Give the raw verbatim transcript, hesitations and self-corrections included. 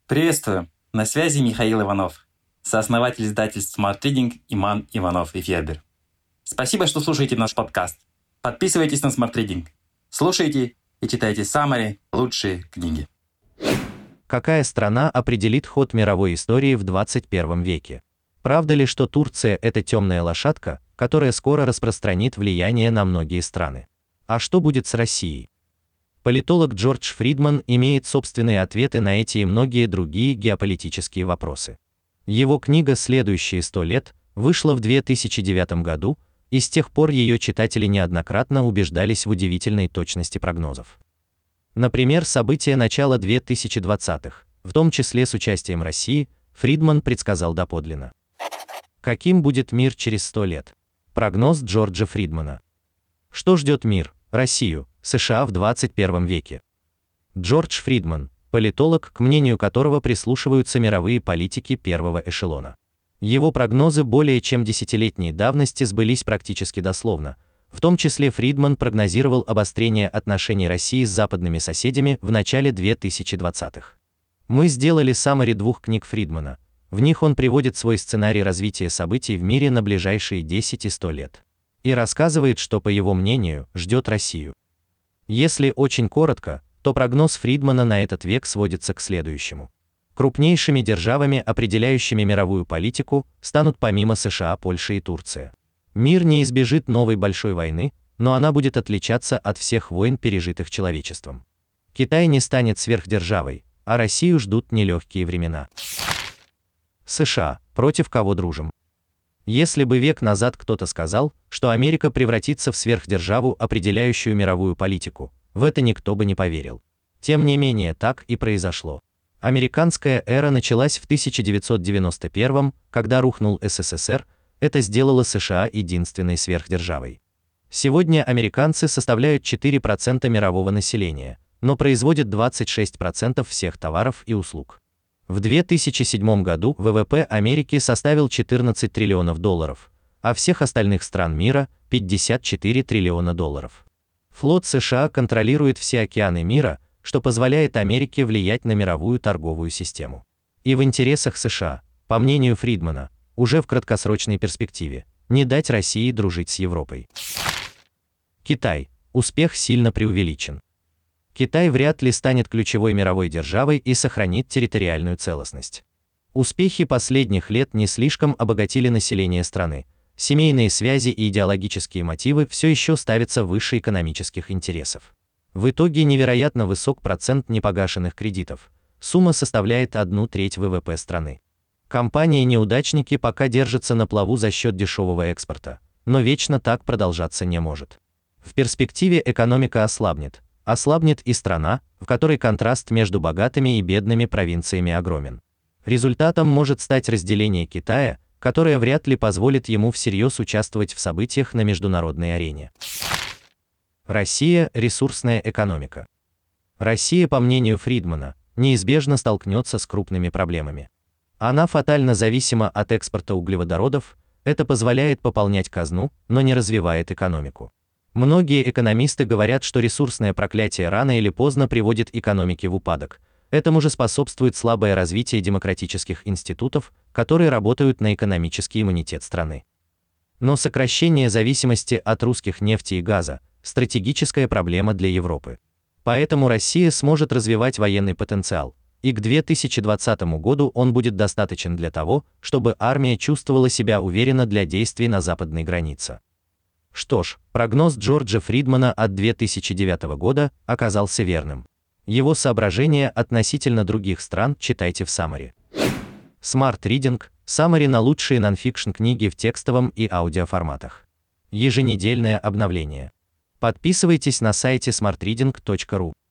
Приветствую! На связи Михаил Иванов, сооснователь издательств Smart Reading Иман Иванов и Федер. Спасибо, что слушаете наш подкаст. Подписывайтесь на Smart Reading. Слушайте и читайте самые лучшие книги. Какая страна определит ход мировой истории в двадцать первом веке? Правда ли, что Турция – это темная лошадка, которая скоро распространит влияние на многие страны? А что будет с Россией? Политолог Джордж Фридман имеет собственные ответы на эти и многие другие геополитические вопросы. Его книга «Следующие сто лет» вышла в две тысячи девятом году, и с тех пор ее читатели неоднократно убеждались в удивительной точности прогнозов. Например, события начала две тысячи двадцатых, в том числе с участием России, Фридман предсказал доподлинно. Каким будет мир через сто лет? Прогноз Джорджа Фридмана. Что ждет мир, Россию, США в двадцать первом веке? Джордж Фридман, политолог, к мнению которого прислушиваются мировые политики первого эшелона. Его прогнозы более чем десятилетней давности сбылись практически дословно. В том числе Фридман прогнозировал обострение отношений России с западными соседями в начале две тысячи двадцатых. Мы сделали саммари двух книг Фридмана. В них он приводит свой сценарий развития событий в мире на ближайшие десять и сто лет. И рассказывает, что, по его мнению, ждет Россию. Если очень коротко, то прогноз Фридмана на этот век сводится к следующему. Крупнейшими державами, определяющими мировую политику, станут помимо США Польша и Турция. Мир не избежит новой большой войны, но она будет отличаться от всех войн, пережитых человечеством. Китай не станет сверхдержавой, а Россию ждут нелегкие времена. США. Против кого дружим? Если бы век назад кто-то сказал, что Америка превратится в сверхдержаву, определяющую мировую политику, в это никто бы не поверил. Тем не менее, так и произошло. Американская эра началась в тысяча девятьсот девяносто первом, когда рухнул СССР, это сделало США единственной сверхдержавой. Сегодня американцы составляют четыре процента мирового населения, но производят двадцать шесть процентов всех товаров и услуг. В две тысячи седьмом году ВВП Америки составил четырнадцать триллионов долларов, а всех остальных стран мира – пятьдесят четыре триллиона долларов. Флот США контролирует все океаны мира, что позволяет Америке влиять на мировую торговую систему. И в интересах США, по мнению Фридмана, уже в краткосрочной перспективе, не дать России дружить с Европой. Китай. Успех сильно преувеличен. Китай вряд ли станет ключевой мировой державой и сохранит территориальную целостность. Успехи последних лет не слишком обогатили население страны. Семейные связи и идеологические мотивы все еще ставятся выше экономических интересов. В итоге невероятно высок процент непогашенных кредитов. Сумма составляет одну треть ВВП страны. Компании-неудачники пока держатся на плаву за счет дешевого экспорта, но вечно так продолжаться не может. В перспективе экономика ослабнет. Ослабнет и страна, в которой контраст между богатыми и бедными провинциями огромен. Результатом может стать разделение Китая, которое вряд ли позволит ему всерьез участвовать в событиях на международной арене. Россия – ресурсная экономика. Россия, по мнению Фридмана, неизбежно столкнется с крупными проблемами. Она фатально зависима от экспорта углеводородов, это позволяет пополнять казну, но не развивает экономику. Многие экономисты говорят, что ресурсное проклятие рано или поздно приводит экономики в упадок. Этому же способствует слабое развитие демократических институтов, которые работают на экономический иммунитет страны. Но сокращение зависимости от русских нефти и газа – стратегическая проблема для Европы. Поэтому Россия сможет развивать военный потенциал, и к две тысячи двадцатому году он будет достаточен для того, чтобы армия чувствовала себя уверенно для действий на западной границе. Что ж, прогноз Джорджа Фридмана от две тысячи девятого года оказался верным. Его соображения относительно других стран читайте в саммари. Smart Reading – саммари на лучшие нонфикшн книги в текстовом и аудиоформатах. Еженедельное обновление. Подписывайтесь на сайте смарт ридинг точка ру.